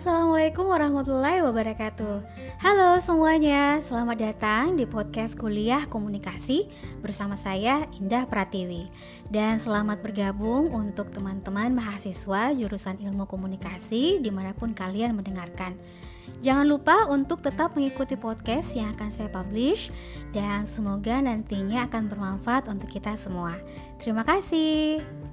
Assalamualaikum warahmatullahi wabarakatuh. Halo semuanya, selamat datang di podcast Kuliah Komunikasi bersama saya Indah Pratiwi. Dan selamat bergabung untuk teman-teman mahasiswa jurusan Ilmu Komunikasi dimanapun kalian mendengarkan. Jangan lupa untuk tetap mengikuti podcast yang akan saya publish dan semoga nantinya akan bermanfaat untuk kita semua. Terima kasih.